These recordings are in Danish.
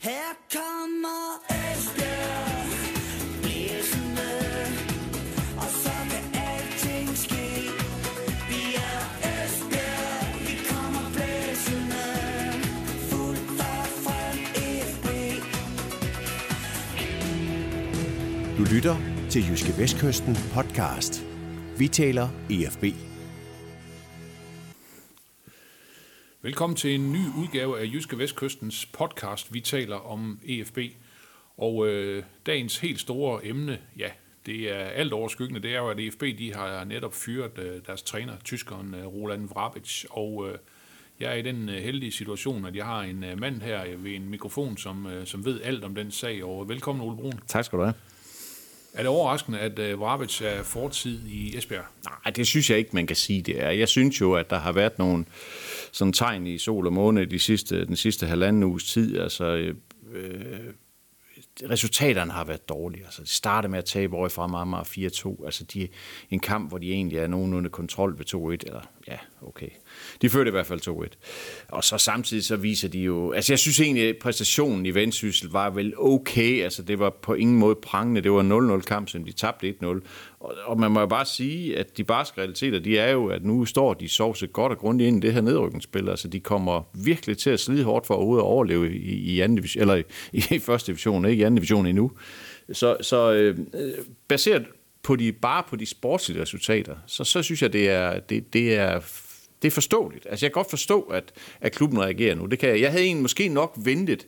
Her kommer Esbjerg blæsende, og så kan alting ske. Vi er Esbjerg, vi kommer blæsende, fuldt og frem EFB. Du lytter til Jyske Vestkysten podcast. Vi taler EFB. Velkommen til en ny udgave af Jyske Vestkystens podcast. Vi taler om EFB. Og dagens helt store emne, ja, det er alt overskyggende. Det er jo, at EFB de har netop fyret deres træner, tyskeren Roland Vrabic. Og jeg er i den heldige situation, at jeg har en mand her ved en mikrofon, som ved alt om den sag. Og velkommen, Ole Brun. Tak skal du have. Er det overraskende, at Vrabic er fortid i Esbjerg? Nej, det synes jeg ikke, man kan sige, det er. Jeg synes jo, at der har været nogle sådan tegn i sol og måne den sidste halvanden uges tid. Altså, resultaterne har været dårlige. Altså, de startede med at tabe over fra Amager 4-2. Altså, en kamp, hvor de egentlig er nogenlunde kontrol ved 2-1. Eller, ja, okay. De førte i hvert fald 2-1. Og så samtidig så viser de jo... Altså, jeg synes egentlig, at præstationen i Vendsyssel var vel okay. Altså, det var på ingen måde prangende. Det var 0-0 kamp, som de tabte 1-0. Og man må jo bare sige, at de barske realiteter, de er jo, at nu står de sovset godt og grundigt ind i det her nedrykningsspil. Altså, de kommer virkelig til at slide hårdt for overhovedet at overleve i anden division, eller i første division, ikke i anden division endnu. Så baseret på de sportslige resultater, så synes jeg, det er forståeligt. Altså, jeg kan godt forstå, at klubben reagerer nu. Det kan jeg. Jeg havde egentlig måske nok ventet,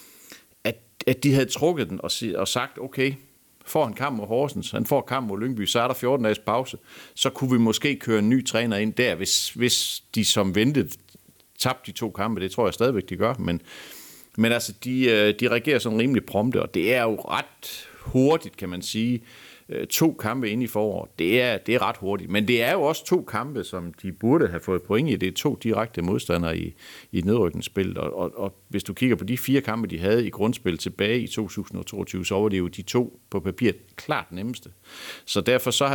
at de havde trukket den og sagt, okay, får han kamp mod Horsens, han får kamp mod Lyngby, så er der 14 dages pause. Så kunne vi måske køre en ny træner ind der, hvis de som ventet tabte de 2 kampe. Det tror jeg stadigvæk, de gør. Men altså, de reagerer sådan rimelig prompte, og det er jo ret hurtigt, kan man sige. 2 kampe inde i foråret, det er ret hurtigt. Men det er jo også 2 kampe, som de burde have fået point i. Det er 2 direkte modstandere i nedrykningsspillet. Og hvis du kigger på de 4 kampe, de havde i grundspil tilbage i 2022, så var det jo de 2 på papir klart nemmeste. Så derfor så har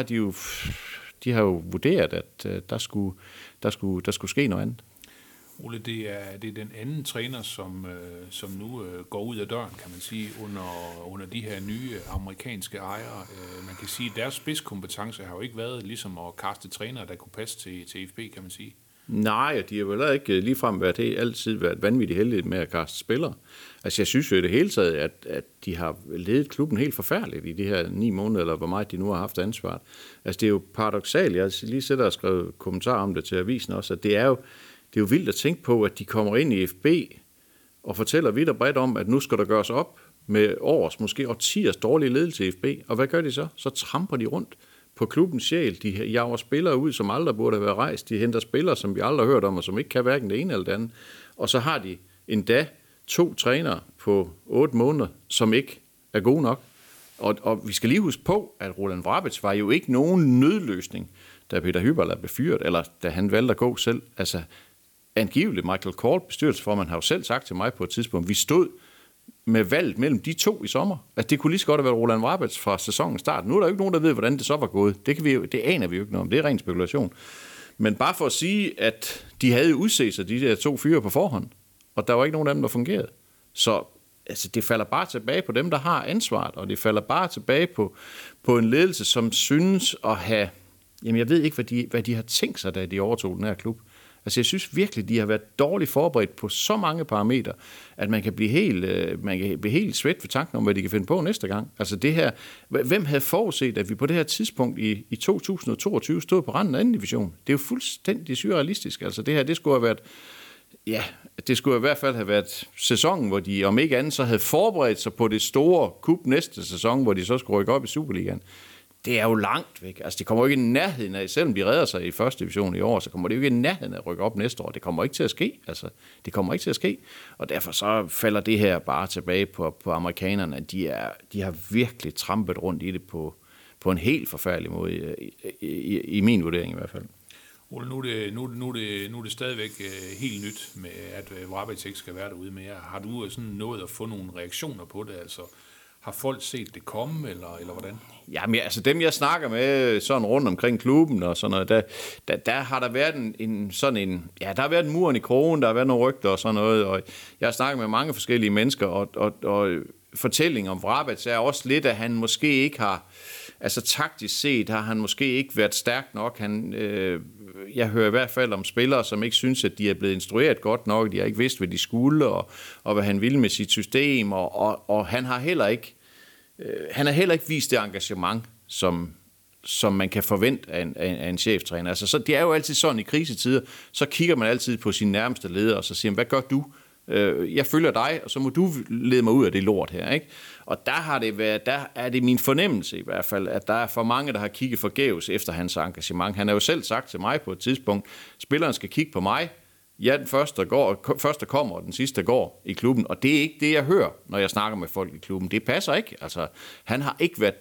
de har jo vurderet, at der skulle ske noget andet. Ole, det er den anden træner, som nu går ud af døren, kan man sige, under de her nye amerikanske ejere. Man kan sige, at deres spidskompetence har jo ikke været ligesom at kaste trænere, der kunne passe til FB, kan man sige. Nej, de har vel ikke ligefrem altid været vanvittigt heldige med at kaste spillere. Altså, jeg synes jo i det hele taget, at de har ledet klubben helt forfærdeligt i de her 9 måneder, eller hvor meget de nu har haft ansvaret. Altså, det er jo paradoksalt. Jeg lige sidder og skrevet kommentarer om det til avisen også, at det er jo vildt at tænke på, at de kommer ind i FB og fortæller vidt og bredt om, at nu skal der gøres op med års, måske årtiers dårlige ledelse i FB. Og hvad gør de så? Så tramper de rundt på klubbens sjæl. De jager spillere ud, som aldrig burde have været rejst. De henter spillere, som vi aldrig har hørt om, og som ikke kan hverken det ene eller det andet. Og så har de endda 2 trænere på 8 måneder, som ikke er gode nok. Og vi skal lige huske på, at Roland Vrabic var jo ikke nogen nødløsning, da Peter Hyberla blev fyret, eller da han valgte at gå selv. Altså, angiveligt Michael Kohl, bestyrelsesformand, har jo selv sagt til mig på et tidspunkt, vi stod med valget mellem de 2 i sommer. Altså, det kunne lige så godt have været Roland Vrabic fra sæsonens start. Nu er der jo ikke nogen, der ved, hvordan det så var gået. Det aner vi jo ikke noget om. Det er ren spekulation. Men bare for at sige, at de havde udset sig de der 2 fyre på forhånd, og der var ikke nogen af dem, der fungerede. Så altså, det falder bare tilbage på dem, der har ansvaret, og det falder bare tilbage på en ledelse, som synes at have... Jamen, jeg ved ikke, hvad de har tænkt sig, da de overtog den her klub. Altså, jeg synes virkelig, de har været dårligt forberedt på så mange parametre, at man kan blive helt svedt ved tanken om, hvad de kan finde på næste gang. Altså det her, hvem havde forudset, at vi på det her tidspunkt i 2022 stod på randen af anden division? Det er jo fuldstændig surrealistisk. Altså det her, det skulle have været, ja, det skulle i hvert fald have været sæsonen, hvor de, om ikke andet, så havde forberedt sig på det store kup næste sæson, hvor de så skulle rykke op i Superligaen. Det er jo langt væk. Altså, det kommer jo ikke i nærheden af, selvom de redder sig i første division i år, så kommer det jo ikke i nærheden af at rykke op næste år. Det kommer ikke til at ske. Altså, det kommer ikke til at ske. Og derfor så falder det her bare tilbage på amerikanerne. De har virkelig trampet rundt i det på en helt forfærdelig måde, i min vurdering i hvert fald. Ole, nu er det stadigvæk helt nyt med, at Vrabic ikke skal være derude mere. Har du sådan nået at få nogle reaktioner på det? Altså, Har folk set det komme, eller hvordan? Jamen, altså dem, jeg snakker med sådan rundt omkring klubben og sådan noget, der har der været der har været en muren i krogen, der har været nogle rygter og sådan noget, og jeg har snakket med mange forskellige mennesker, og fortællingen om Vrabats er også lidt, at han måske ikke har, altså taktisk set har han måske ikke været stærk nok. Jeg hører i hvert fald om spillere, som ikke synes, at de er blevet instrueret godt nok, de har ikke vidst, hvad de skulle, og hvad han ville med sit system, og han har heller ikke vist det engagement, som man kan forvente af en cheftræner. Altså, så det er jo altid sådan i krisetider, så kigger man altid på sin nærmeste leder, og så siger man, hvad gør du? Jeg følger dig, og så må du lede mig ud af det lort her, ikke? Og der er det min fornemmelse i hvert fald, at der er for mange, der har kigget forgæves efter hans engagement. Han har jo selv sagt til mig på et tidspunkt, spilleren skal kigge på mig. Jeg er den første, der kommer, og den sidste, der går i klubben. Og det er ikke det, jeg hører, når jeg snakker med folk i klubben. Det passer ikke. Altså, han har ikke været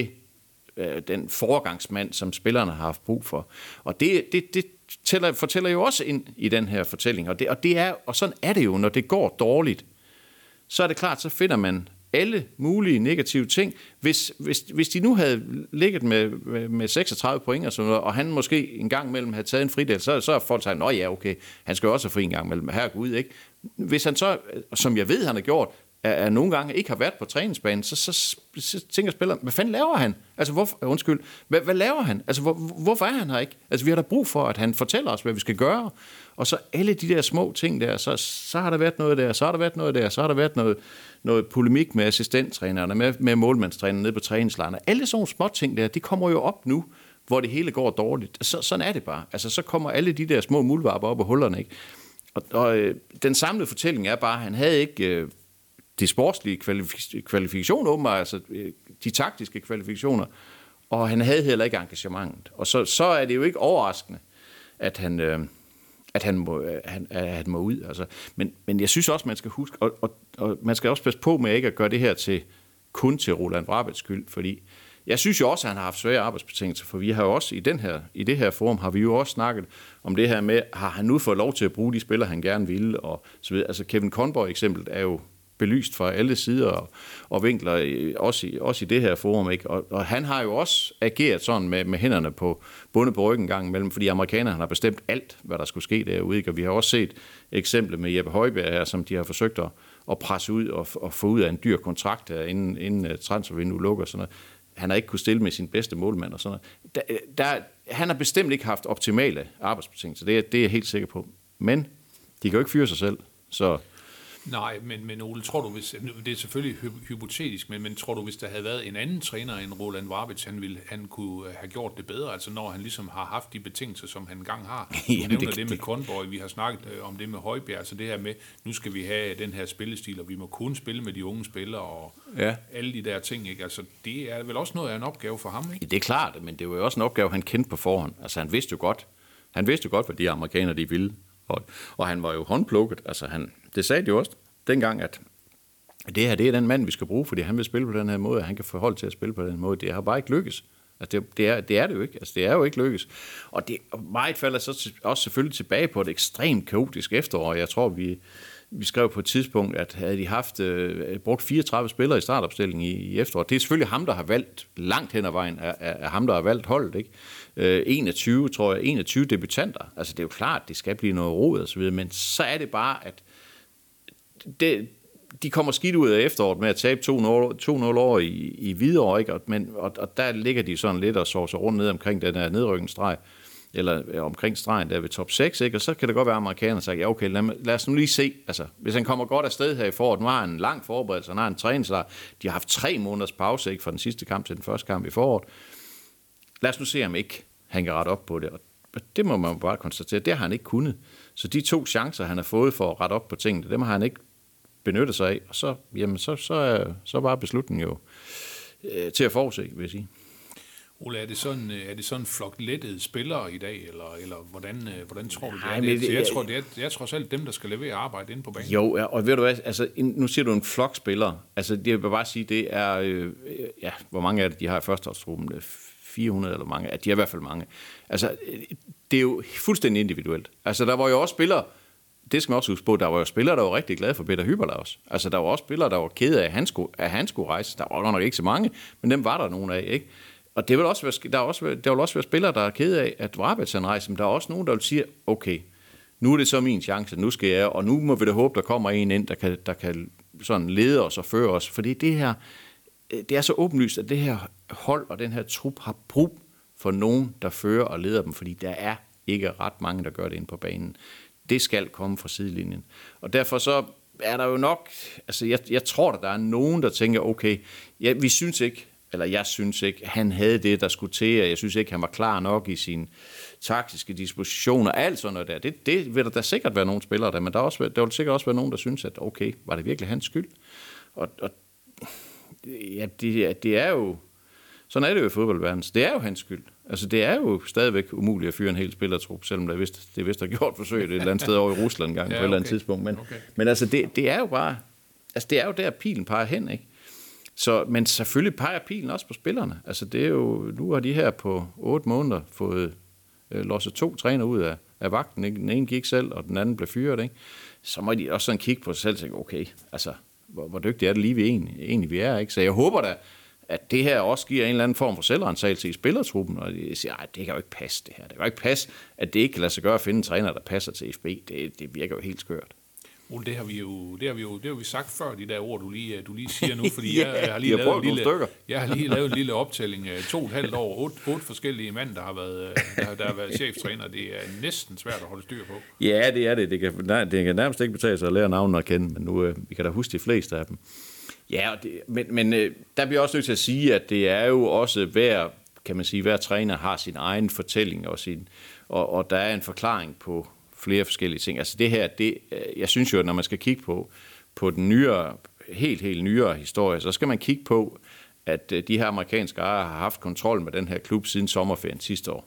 den foregangsmand, som spillerne har haft brug for. Og det fortæller jo også ind i den her fortælling. Og sådan er det jo, når det går dårligt. Så er det klart, så finder man alle mulige negative ting. Hvis de nu havde ligget med 36 point og sådan noget, og han måske en gang imellem havde taget en fridel, så er folk sagt, nå ja, okay, han skal jo også have fri en gang imellem. Herregud, ikke? Hvis han så, som jeg ved, han har gjort, at nogle gange ikke har været på træningsbanen, så tænker spilleren, hvad fanden laver han? Altså, hvad laver han? Altså, hvorfor er han her ikke? Altså, vi har da brug for, at han fortæller os, hvad vi skal gøre. Og så alle de der små ting der, så har der været noget der, så har der været noget der, så har der været noget polemik med assistenttrænerne, med målmandstrænerne nede på træningslejrene. Alle sådan små ting der, de kommer jo op nu, hvor det hele går dårligt. Sådan er det bare. Altså, så kommer alle de der små muldvarper op af hullerne, ikke? Og den samlede fortælling er bare, at han havde ikke de sportslige kvalifikationer, åbenbart, altså de taktiske kvalifikationer, og han havde heller ikke engagementet. Og så er det jo ikke overraskende, at han må ud. Altså. Men jeg synes også, man skal huske, og man skal også passe på med ikke at gøre det her kun til Roland Vrabats skyld, fordi jeg synes jo også, at han har haft svære arbejdsbetingelser, for vi har jo også i det her forum, har vi jo også snakket om det her med, har han nu fået lov til at bruge de spillere, han gerne ville, og så videre. Altså Kevin Conboy eksempel er jo belyst fra alle sider og vinkler, også i det her forum, ikke? Og han har jo også ageret sådan med hænderne bundet på ryggen gang imellem, fordi amerikanerne har bestemt alt, hvad der skulle ske derude, ikke? Og vi har også set eksempler med Jeppe Højbjerg her, som de har forsøgt at presse ud og få ud af en dyr kontrakt her, inden transfervinduet lukker, sådan noget. Han har ikke kunnet stille med sin bedste målmand og sådan noget. Han har bestemt ikke haft optimale arbejdsbetingelser, det er jeg helt sikker på. Men de kan jo ikke fyre sig selv, så... Nej, men Ole, tror du, det er selvfølgelig hypotetisk, men tror du, hvis der havde været en anden træner end Roland Vrabats, han kunne have gjort det bedre, altså når han ligesom har haft de betingelser, som han engang har? Du nævner det med Conboy, vi har snakket om det med Højbjerg, altså det her med, nu skal vi have den her spillestil, og vi må kun spille med de unge spillere, og alle de der ting, ikke? Altså det er vel også noget af en opgave for ham, ikke? Det er klart, men det var jo også en opgave, han kendte på forhånd. Altså han vidste jo godt, hvad de amerikanere, de ville. Og han var jo håndplukket, altså det sagde de jo også dengang, at det her, det er den mand, vi skal bruge, fordi han vil spille på den her måde, og han kan få hold til at spille på den måde. Det har bare ikke lykkes. Altså det er det jo ikke. Altså det er jo ikke lykkes. Og meget falder så også selvfølgelig tilbage på et ekstremt kaotisk efterår. Jeg tror, vi skrev på et tidspunkt, at havde de brugt 34 spillere i startopstillingen i efteråret. Det er selvfølgelig ham, der har valgt langt hen ad vejen, er ham, der har valgt holdet, ikke? 21 debutanter. Altså det er jo klart, det skal blive noget rod og så videre, men så er det bare, at de kommer skidt ud af efteråret med at tabe 2-0 år i Hvidovre, ikke? Og der ligger de sådan lidt og sover sig rundt ned omkring den her nedrykningsstreg, eller omkring stregen der ved top 6, ikke? Og så kan det godt være, at amerikanerne siger, ja okay, lad os nu lige se, altså hvis han kommer godt afsted her i foråret, nu har han en lang forberedelse, han har en træningslejr, de har haft 3 måneders pause, ikke, fra den sidste kamp til den første kamp i foråret. Lad os nu se, om ikke han kan rette op på det, og det må man bare konstatere, det har han ikke kunnet. Så de 2 chancer, han har fået for at rette op på tingene, dem har han ikke benyttet sig af, og så var beslutningen jo til at forudse, vil jeg sige. Ole, er det sådan en flok lettede spillere i dag, eller hvordan tror du det er? Jeg tror selv dem, der skal levere arbejde inde på banen. Jo, og ved du hvad, altså, nu siger du en flok spillere, altså det vil bare sige, det er, hvor mange af det, de har i førsteårstruppen, 400 eller mange, at de er i hvert fald mange. Altså, det er jo fuldstændig individuelt. Altså, der var jo også spillere, det skal man også huske på, der var jo spillere, der var rigtig glade for Peter Hyberla også. Altså, der var også spillere, der var kede af, at han skulle rejse. Der var nok ikke så mange, men dem var der nogle af, ikke? Og det vil også være, der vil også være spillere, der er kede af, at Vrabats han rejser, men der er også nogen, der vil sige, okay, nu er det så min chance, nu skal jeg, og nu må vi da håbe, der kommer en ind, der kan sådan lede os og føre os. Fordi det her, det er så åbenlyst, at det her hold og den her trup har brug for nogen, der fører og leder dem, fordi der er ikke ret mange, der gør det inde på banen. Det skal komme fra sidelinjen. Og derfor så er der jo nok, altså jeg tror, der er nogen, der tænker, okay, ja, jeg synes ikke, han havde det, der skulle til, og jeg synes ikke, han var klar nok i sine taktiske dispositioner, alt sådan noget der. Det vil der sikkert være nogle spillere der, men der vil sikkert også være nogen, der synes, at okay, var det virkelig hans skyld? Og ja, det er jo, sådan er det jo i fodboldverdenen. Det er jo hans skyld. Altså, det er jo stadigvæk umuligt at fyre en hel spillertrup, selvom det vist har gjort forsøg et eller andet sted over i Rusland engang på et eller andet tidspunkt. Men altså, det er jo bare, altså, det er jo der, pilen peger hen, ikke? Så, men selvfølgelig peger pilen også på spillerne. Altså, det er jo, nu har de her på 8 måneder fået losset 2 træner ud af vagten. Ikke? Den ene gik selv, og den anden blev fyret, ikke? Så må de også sådan kigge på sig selv og tænke, okay, altså, hvor dygtigt er det lige, vi egentlig er, ikke? Så jeg håber da, at det her også giver en eller anden form for selvrensagelse i spillertruppen, og de siger, det kan jo ikke passe det her. Det kan jo ikke passe, at det ikke kan lade sig gøre at finde en træner, der passer til FB. Det virker jo helt skørt. Ole, det har vi sagt før, de der ord, du lige siger nu, fordi jeg har lige lavet en lille optælling. 2,5 år, 8 forskellige mænd, der har været cheftræner. Det er næsten svært at holde styr på. Ja, det er det. Det kan nærmest ikke betale sig at lære navnene at kende, men nu vi kan da huske de fleste af dem. Ja, men der bliver også nødt til at sige, at det er jo også hver træner har sin egen fortælling og der er en forklaring på flere forskellige ting. Altså det her, jeg synes jo, at når man skal kigge på den nyere, helt nyere historie, så skal man kigge på, at de her amerikanske ejere har haft kontrol med den her klub siden sommerferien sidste år.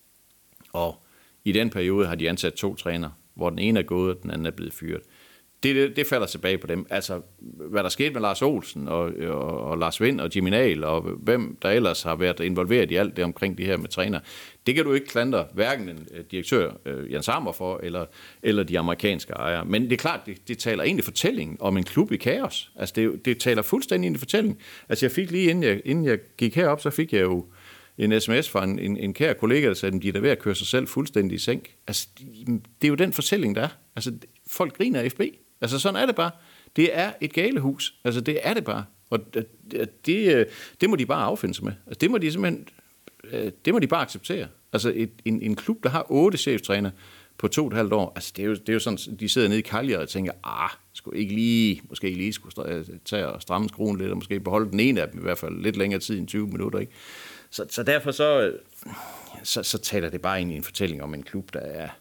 Og i den periode har de ansat 2 trænere, hvor den ene er gået, og den anden er blevet fyret. Det falder tilbage på dem. Altså, hvad der skete med Lars Olsen og Lars Vind og Jimmy Nahl og hvem der ellers har været involveret i alt det omkring det her med træner, det kan du ikke klandre hverken en direktør Jens Hammer for eller de amerikanske ejere. Men det er klart, det taler egentlig fortælling om en klub i kaos. Altså, det taler fuldstændig ind i fortælling. Altså, jeg fik lige inden jeg gik herop, så fik jeg jo en sms fra en kær kollega, der sagde, at de er der ved at køre sig selv fuldstændig i sænk. Altså, det er jo den fortælling, der er. Altså, folk griner af FB. Altså, sådan er det bare. Det er et galehus. Altså, det er det bare. Og det må de bare affinde sig med. Altså, det må de bare acceptere. Altså, en klub, der har 8 cheftræner på 2,5 år, altså, det er jo sådan, de sidder nede i Kaljer og tænker, måske ikke lige skulle tage og stramme skruen lidt, og måske beholde den ene af dem i hvert fald lidt længere tid end 20 minutter, ikke? Så derfor så taler det bare ind i en fortælling om en klub,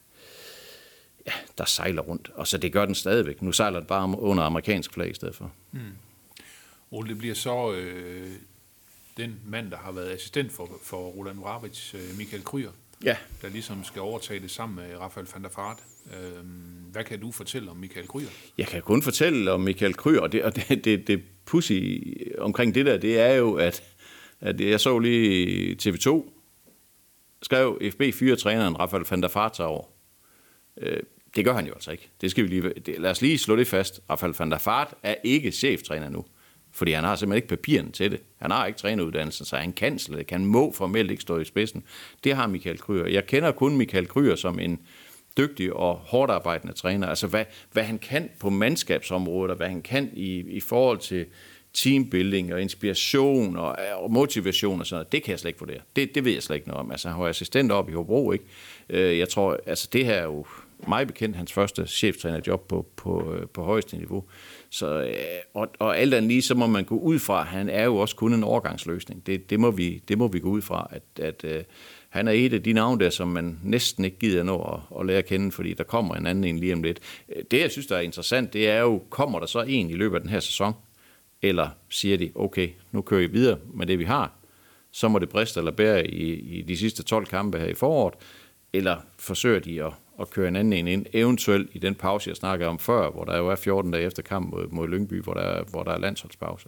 der sejler rundt. Og så det gør den stadigvæk. Nu sejler den bare under amerikansk flag i stedet for. Ole, det bliver så den mand, der har været assistent for Roland Vrabats, Michael Krüger, der ligesom skal overtage det sammen med Rafael van der Vaart. Hvad kan du fortælle om Michael Krüger? Jeg kan kun fortælle om Michael Krüger, og det pussy omkring det der, det er jo, at jeg så lige TV2 skrev FB fyrer træneren Rafael van der Vaart over. Det gør han jo altså ikke. Det skal vi lad os lige slå det fast. Rafael van der Vaart er ikke cheftræner nu, fordi han har simpelthen ikke papirerne til det. Han har ikke træneruddannelsen, så han kan slet ikke. Han må formelt ikke stå i spidsen. Det har Michael Krüger. Jeg kender kun Michael Krüger som en dygtig og hårdt arbejdende træner. Altså hvad han kan på mandskabsområdet, og hvad han kan i forhold til teambuilding og inspiration og motivation og sådan noget, det kan jeg slet ikke vurdere. Det ved jeg slet ikke noget om. Altså, han var assistent oppe i Hobro, ikke? Jeg tror, altså det her er jo meget bekendt hans første cheftrænerjob på højeste niveau. Så, og alt andet lige, så må man gå ud fra, at han er jo også kun en overgangsløsning. Det må vi gå ud fra, at han er et af de navne der, som man næsten ikke gider nå at lære at kende, fordi der kommer en anden en lige om lidt. Det, jeg synes, der er interessant, det er jo, kommer der så en i løbet af den her sæson, eller siger de, okay, nu kører I videre med det, vi har, så må det briste eller bære i de sidste 12 kampe her i foråret, eller forsøger de at køre en anden ind, eventuelt i den pause, jeg snakkede om før, hvor der jo er 14 dage efter kamp mod Lyngby, hvor der er landsholdspause.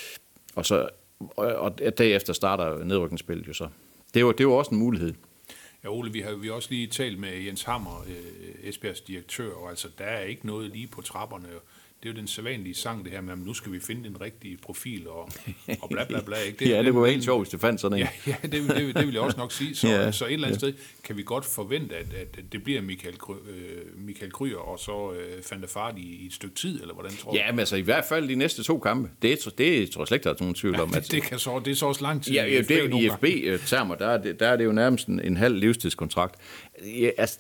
Og derefter starter nedrykningsspillet jo så. Det er jo også en mulighed. Ja, Ole, vi har også lige talt med Jens Hammer, Esbjergs direktør, og altså, der er ikke noget lige på trapperne. Det er jo den sædvanlige sang, det her med, at nu skal vi finde den rigtige profil, og bla bla bla. Ikke? Det, ja, det kunne være helt sjovt, hvis det fandt sådan en. Ja, det vil jeg også nok sige. Så et eller andet sted kan vi godt forvente, at det bliver Michael Krüger og så Van der Vaart i et stykke tid, eller hvordan tror du? Ja, men altså i hvert fald de næste 2 kampe. Det tror jeg slet ikke, der er nogen tvivl om. Det er så også lang tid. Ja, det er jo i FB-termer, der er det jo nærmest en halv livstidskontrakt. Ja, altså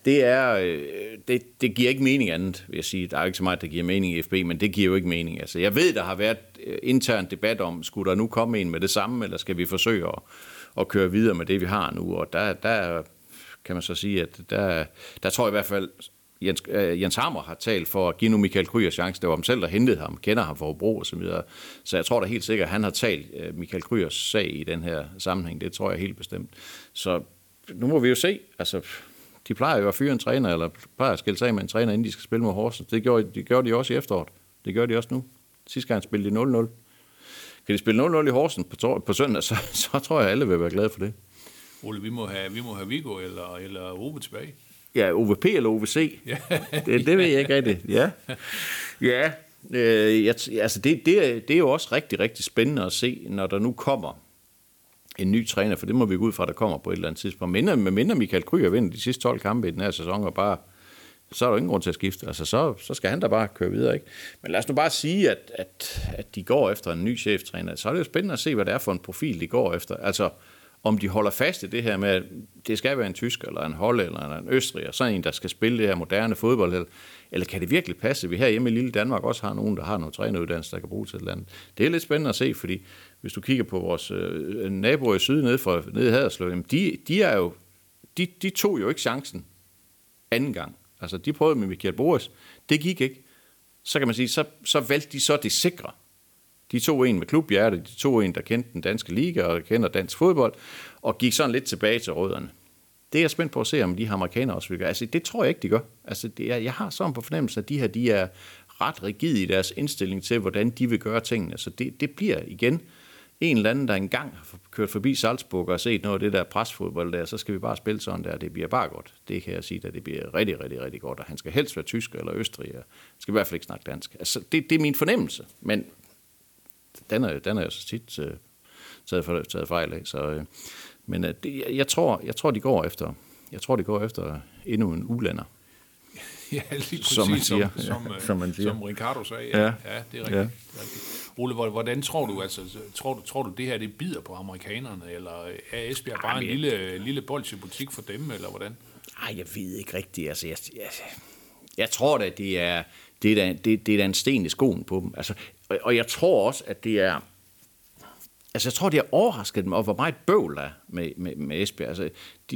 det giver ikke mening andet, vil jeg sige. Der er ikke så meget, der giver mening i FB, men det giver jo ikke mening. Altså, jeg ved, der har været intern debat om, skulle der nu komme en med det samme, eller skal vi forsøge at køre videre med det, vi har nu? Og der kan man så sige, at der tror jeg i hvert fald, Jens Hammer har talt for at give nu Michael Krüger chance. Det var ham selv, der hentede ham, kender ham for Hobro og så videre. Så jeg tror da helt sikkert, at han har talt Michael Krügers sag i den her sammenhæng. Det tror jeg helt bestemt. Så nu må vi jo se. Altså, de plejer jo at fyre en træner, eller plejer at skille sig med en træner, inden de skal spille mod Horsens. Det gjorde de også i efteråret. Det gør de også nu. Sidste gang spillede de 0-0. Kan de spille 0-0 i Horsens på søndag, så tror jeg, alle vil være glade for det. Ole, vi må have Viggo eller Ove tilbage. Ja, OVP eller OVC. Ja. det ved jeg ikke rigtigt. Ja. Altså det er jo også rigtig, rigtig spændende at se, når der nu kommer en ny træner, for det må vi gå ud fra, der kommer på et eller andet tidspunkt. Men mindre Michael Krüger vinder de sidste 12 kampe i den her sæson, og bare, så er der jo ingen grund til at skifte. Altså, så skal han da bare køre videre, ikke? Men lad os nu bare sige, at de går efter en ny cheftræner. Så er det jo spændende at se, hvad det er for en profil, de går efter. Altså, om de holder fast i det her med, at det skal være en tysk, eller en hollænder, eller en østriger, sådan en, der skal spille det her moderne fodbold, eller kan det virkelig passe, at vi her hjemme i lille Danmark også har nogen, der har nogle træneruddannelser, der kan bruge til et eller andet. Det er lidt spændende at se, fordi hvis du kigger på vores naboer i syd nede i Haderslev, de tog jo ikke chancen anden gang. Altså, de prøvede med Michael Boris. Det gik ikke. Så kan man sige, så valgte de så det sikre. De tog en med klubhjerte, de tog en, der kendte den danske liga og kender dansk fodbold, og gik sådan lidt tilbage til rødderne. Det er jeg spændt på at se, om de her amerikanere også vil gøre. Altså, det tror jeg ikke, de gør. Altså, jeg har sådan på fornemmelse, at de er ret rigide i deres indstilling til, hvordan de vil gøre tingene. Så det bliver igen en eller anden, der engang har kørt forbi Salzburg og set noget af det der presfodbold der, så skal vi bare spille sådan der. Det bliver bare godt. Det kan jeg sige, at det bliver rigtig, rigtig, rigtig godt. Og han skal helst være tysk eller østrig. Han skal i hvert fald ikke snakke dansk. Altså, det er min fornemmelse, men den er jo så tit taget fejl af. Så, men jeg tror, de går efter endnu en ulænder. Ja, lige præcis, som man siger. Som Ricardo sagde. Ja, det er rigtigt. Ja. Ole, hvordan tror du, altså, tror du det her, det bider på amerikanerne, eller er Esbjerg bare en lille bolsjebutik for dem, eller hvordan? Nej, jeg ved ikke rigtigt. Altså, jeg tror da, det er en sten i skoen på dem. Altså, og jeg tror også, at det er... Altså, jeg tror, det har overrasket dem, og hvor meget bøvl der med Esbjerg. Altså,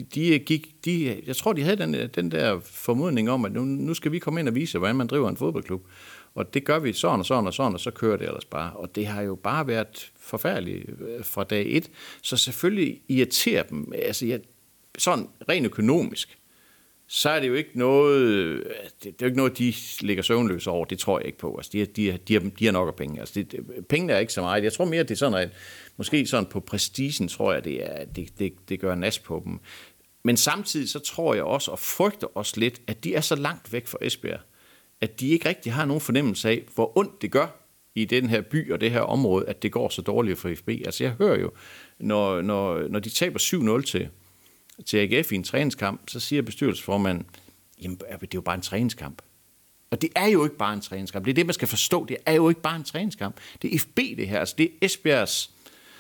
jeg tror, de havde den der formodning om, at nu skal vi komme ind og vise, hvordan man driver en fodboldklub. Og det gør vi sådan og sådan og sådan, og så kører det ellers bare. Og det har jo bare været forfærdeligt fra dag 1. Så selvfølgelig irriterer dem. Altså, sådan rent økonomisk, så er det jo ikke noget, de ligger søvnløse over. Det tror jeg ikke på. Altså, de har nok af penge. Altså, pengene er ikke så meget. Jeg tror mere, at det er sådan, at måske sådan på prestigen, tror jeg, det gør nas på dem. Men samtidig så tror jeg også, og frygter også lidt, at de er så langt væk fra Esbjerg, at de ikke rigtig har nogen fornemmelse af, hvor ondt det gør i den her by og det her område, at det går så dårligt for FB. Altså, jeg hører jo, når de taber 7-0 til AGF i en træningskamp, så siger bestyrelsesformanden, jamen, det er jo bare en træningskamp. Og det er jo ikke bare en træningskamp. Det er det, man skal forstå. Det er jo ikke bare en træningskamp. Det er FB, det her. Altså, det er Esbjergs,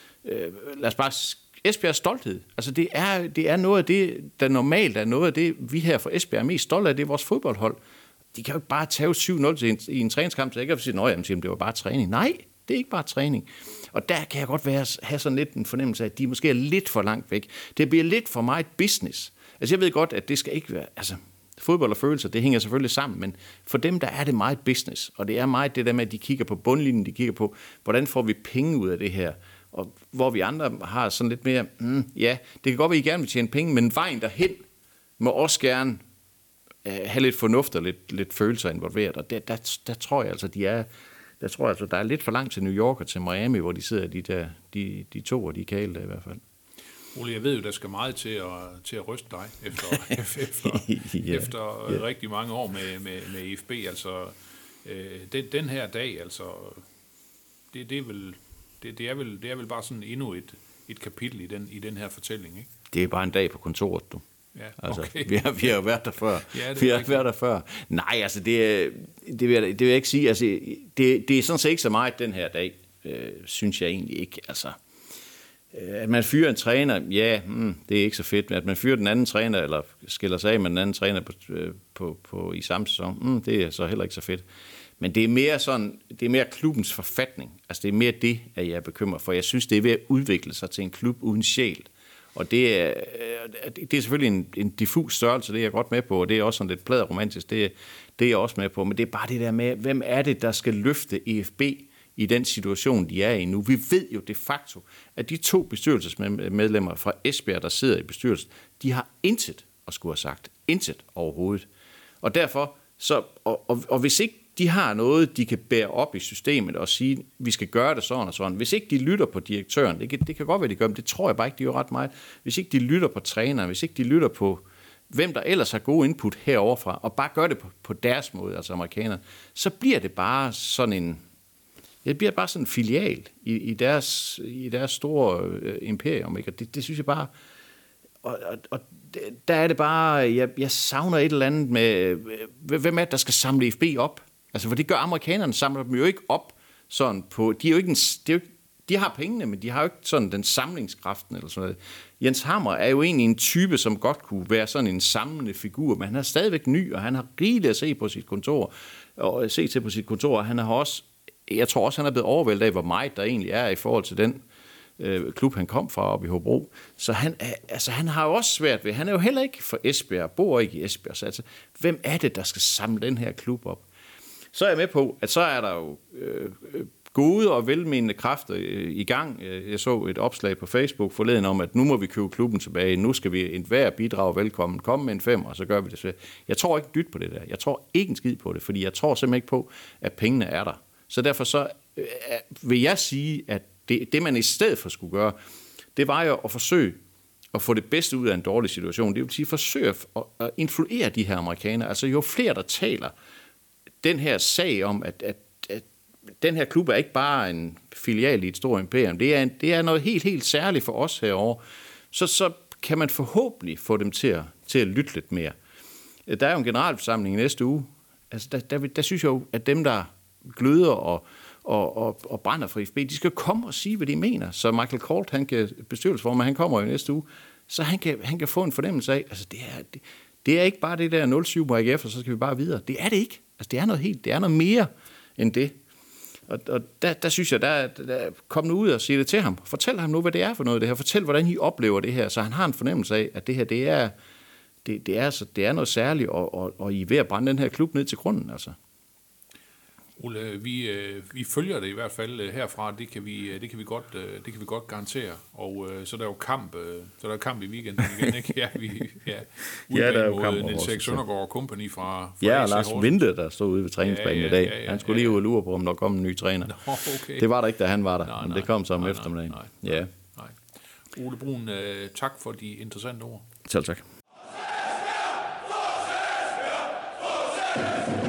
Esbjergs stolthed. Altså, det er noget af det, der normalt er noget af det, vi her fra Esbjerg er mest stolte af, det er vores fodboldhold. De kan jo ikke bare tage 7-0 i en træningskamp, så jeg kan sige, at det var bare træning. Nej, det er ikke bare træning. Og der kan jeg godt have sådan lidt en fornemmelse af, at de måske er lidt for langt væk. Det bliver lidt for meget business. Altså, jeg ved godt, at det skal ikke være... Altså, fodbold og følelser, det hænger selvfølgelig sammen, men for dem, der er det meget business. Og det er meget det der med, at de kigger på bundlinjen, de kigger på, hvordan får vi penge ud af det her. Og hvor vi andre har sådan lidt mere, ja, det kan godt være, at I gerne vil tjene penge, men vejen derhen må også gerne have lidt fornuft og lidt følelser involveret. Og der tror jeg altså, der er lidt for langt til New York og til Miami, hvor de sidder de to, og de kæle der i hvert fald. Ole, jeg ved jo, der skal meget til at ryste dig efter rigtig mange år med EFB. Altså, den her dag, altså, det er vel bare sådan endnu et kapitel i den her fortælling, ikke? Det er bare en dag på kontoret, du. Ja, altså, okay. vi har jo været der før. Ja, vi har været der før. Nej, altså, det vil jeg ikke sige. Altså, det er sådan set ikke så meget den her dag, synes jeg egentlig ikke. Altså, at man fyrer en træner, ja, det er ikke så fedt. At man fyrer den anden træner, eller skiller sig af med den anden træner i samme sæson, det er så heller ikke så fedt. Men det er mere klubbens forfatning. Altså, det er mere det, at jeg er bekymret for. Jeg synes, det er ved at udvikle sig til en klub uden sjæl. Og det er selvfølgelig en diffus størrelse, det er jeg godt med på, og det er også sådan lidt pladeromantisk, det er jeg også med på. Men det er bare det der med, hvem er det, der skal løfte EFB i den situation, de er i nu? Vi ved jo de facto, at de 2 bestyrelsesmedlemmer fra Esbjerg, der sidder i bestyrelsen, de har intet at skulle have sagt. Intet overhovedet. Og derfor, og hvis ikke de har noget, de kan bære op i systemet og sige, vi skal gøre det sådan og sådan. Hvis ikke de lytter på direktøren, det kan godt være, de gør, men det tror jeg bare ikke, de gør ret meget. Hvis ikke de lytter på træneren, hvis ikke de lytter på, hvem der ellers har gode input heroverfra, og bare gør det på deres måde, altså amerikanerne, så bliver det bare sådan en filial i deres store imperium, ikke? Og det synes jeg bare, og der er det bare, jeg savner et eller andet med, hvem er det, der skal samle EFB op? Altså, for det gør amerikanerne, samler dem jo ikke op sådan på, de har pengene, men de har jo ikke sådan den samlingskraften eller sådan noget. Jens Hammer er jo egentlig en type, som godt kunne være sådan en samlende figur, men han er stadigvæk ny, og han har rigeligt at se til på sit kontor, og han har også, jeg tror også, han er blevet overvældet af, hvor meget der egentlig er i forhold til den klub, han kom fra oppe i Hobro. Så han har jo også svært ved, han er jo heller ikke fra Esbjerg, bor ikke i Esbjerg, så altså, hvem er det, der skal samle den her klub op? Så er jeg med på, at så er der jo gode og velmenende kræfter i gang. Jeg så et opslag på Facebook forleden om, at nu må vi købe klubben tilbage, nu skal vi enhver bidrag velkommen, komme med en 5, og så gør vi det så. Jeg tror ikke dyt på det der. Jeg tror ikke en skid på det, fordi jeg tror simpelthen ikke på, at pengene er der. Så derfor så vil jeg sige, at det man i stedet for skulle gøre, det var jo at forsøge at få det bedste ud af en dårlig situation. Det vil sige, forsøge at influere de her amerikanere. Altså jo flere, der taler den her sag om, at den her klub er ikke bare en filial i et stort imperium. Det er noget helt, helt særligt for os herovre. Så kan man forhåbentlig få dem til at lytte lidt mere. Der er jo en generalforsamling i næste uge. Altså, der synes jeg jo, at dem, der gløder og brænder for FB, de skal komme og sige, hvad de mener. Så Michael Colt, bestyrelsesformand, han kommer jo i næste uge, så han kan få en fornemmelse af, altså det er ikke bare det der 07 på AGF, og så skal vi bare videre. Det er det ikke. Altså det er noget mere end det. Og der synes jeg, der kom nu ud og sige det til ham. Fortæl ham nu, hvad det er for noget det her. Fortæl, hvordan I oplever det her, så han har en fornemmelse af, at det her, det er noget særligt, og I er ved at brænde den her klub ned til grunden, altså. Ole, vi følger det i hvert fald herfra, det kan vi godt garantere. Og så er der jo kamp i weekenden igen, ikke? Ja, der er jo kamp mod Niels Erik Søndergaard Company fra ja, og Lars Vinde, der stod ude ved træningsbanen i dag. Han skulle lige ud og lure på, om der kom en ny træner. Nå, okay. Det var der ikke, da han var der, men det kom så om eftermiddagen. Nej. Ole Bruun, tak for de interessante ord. Selv tak.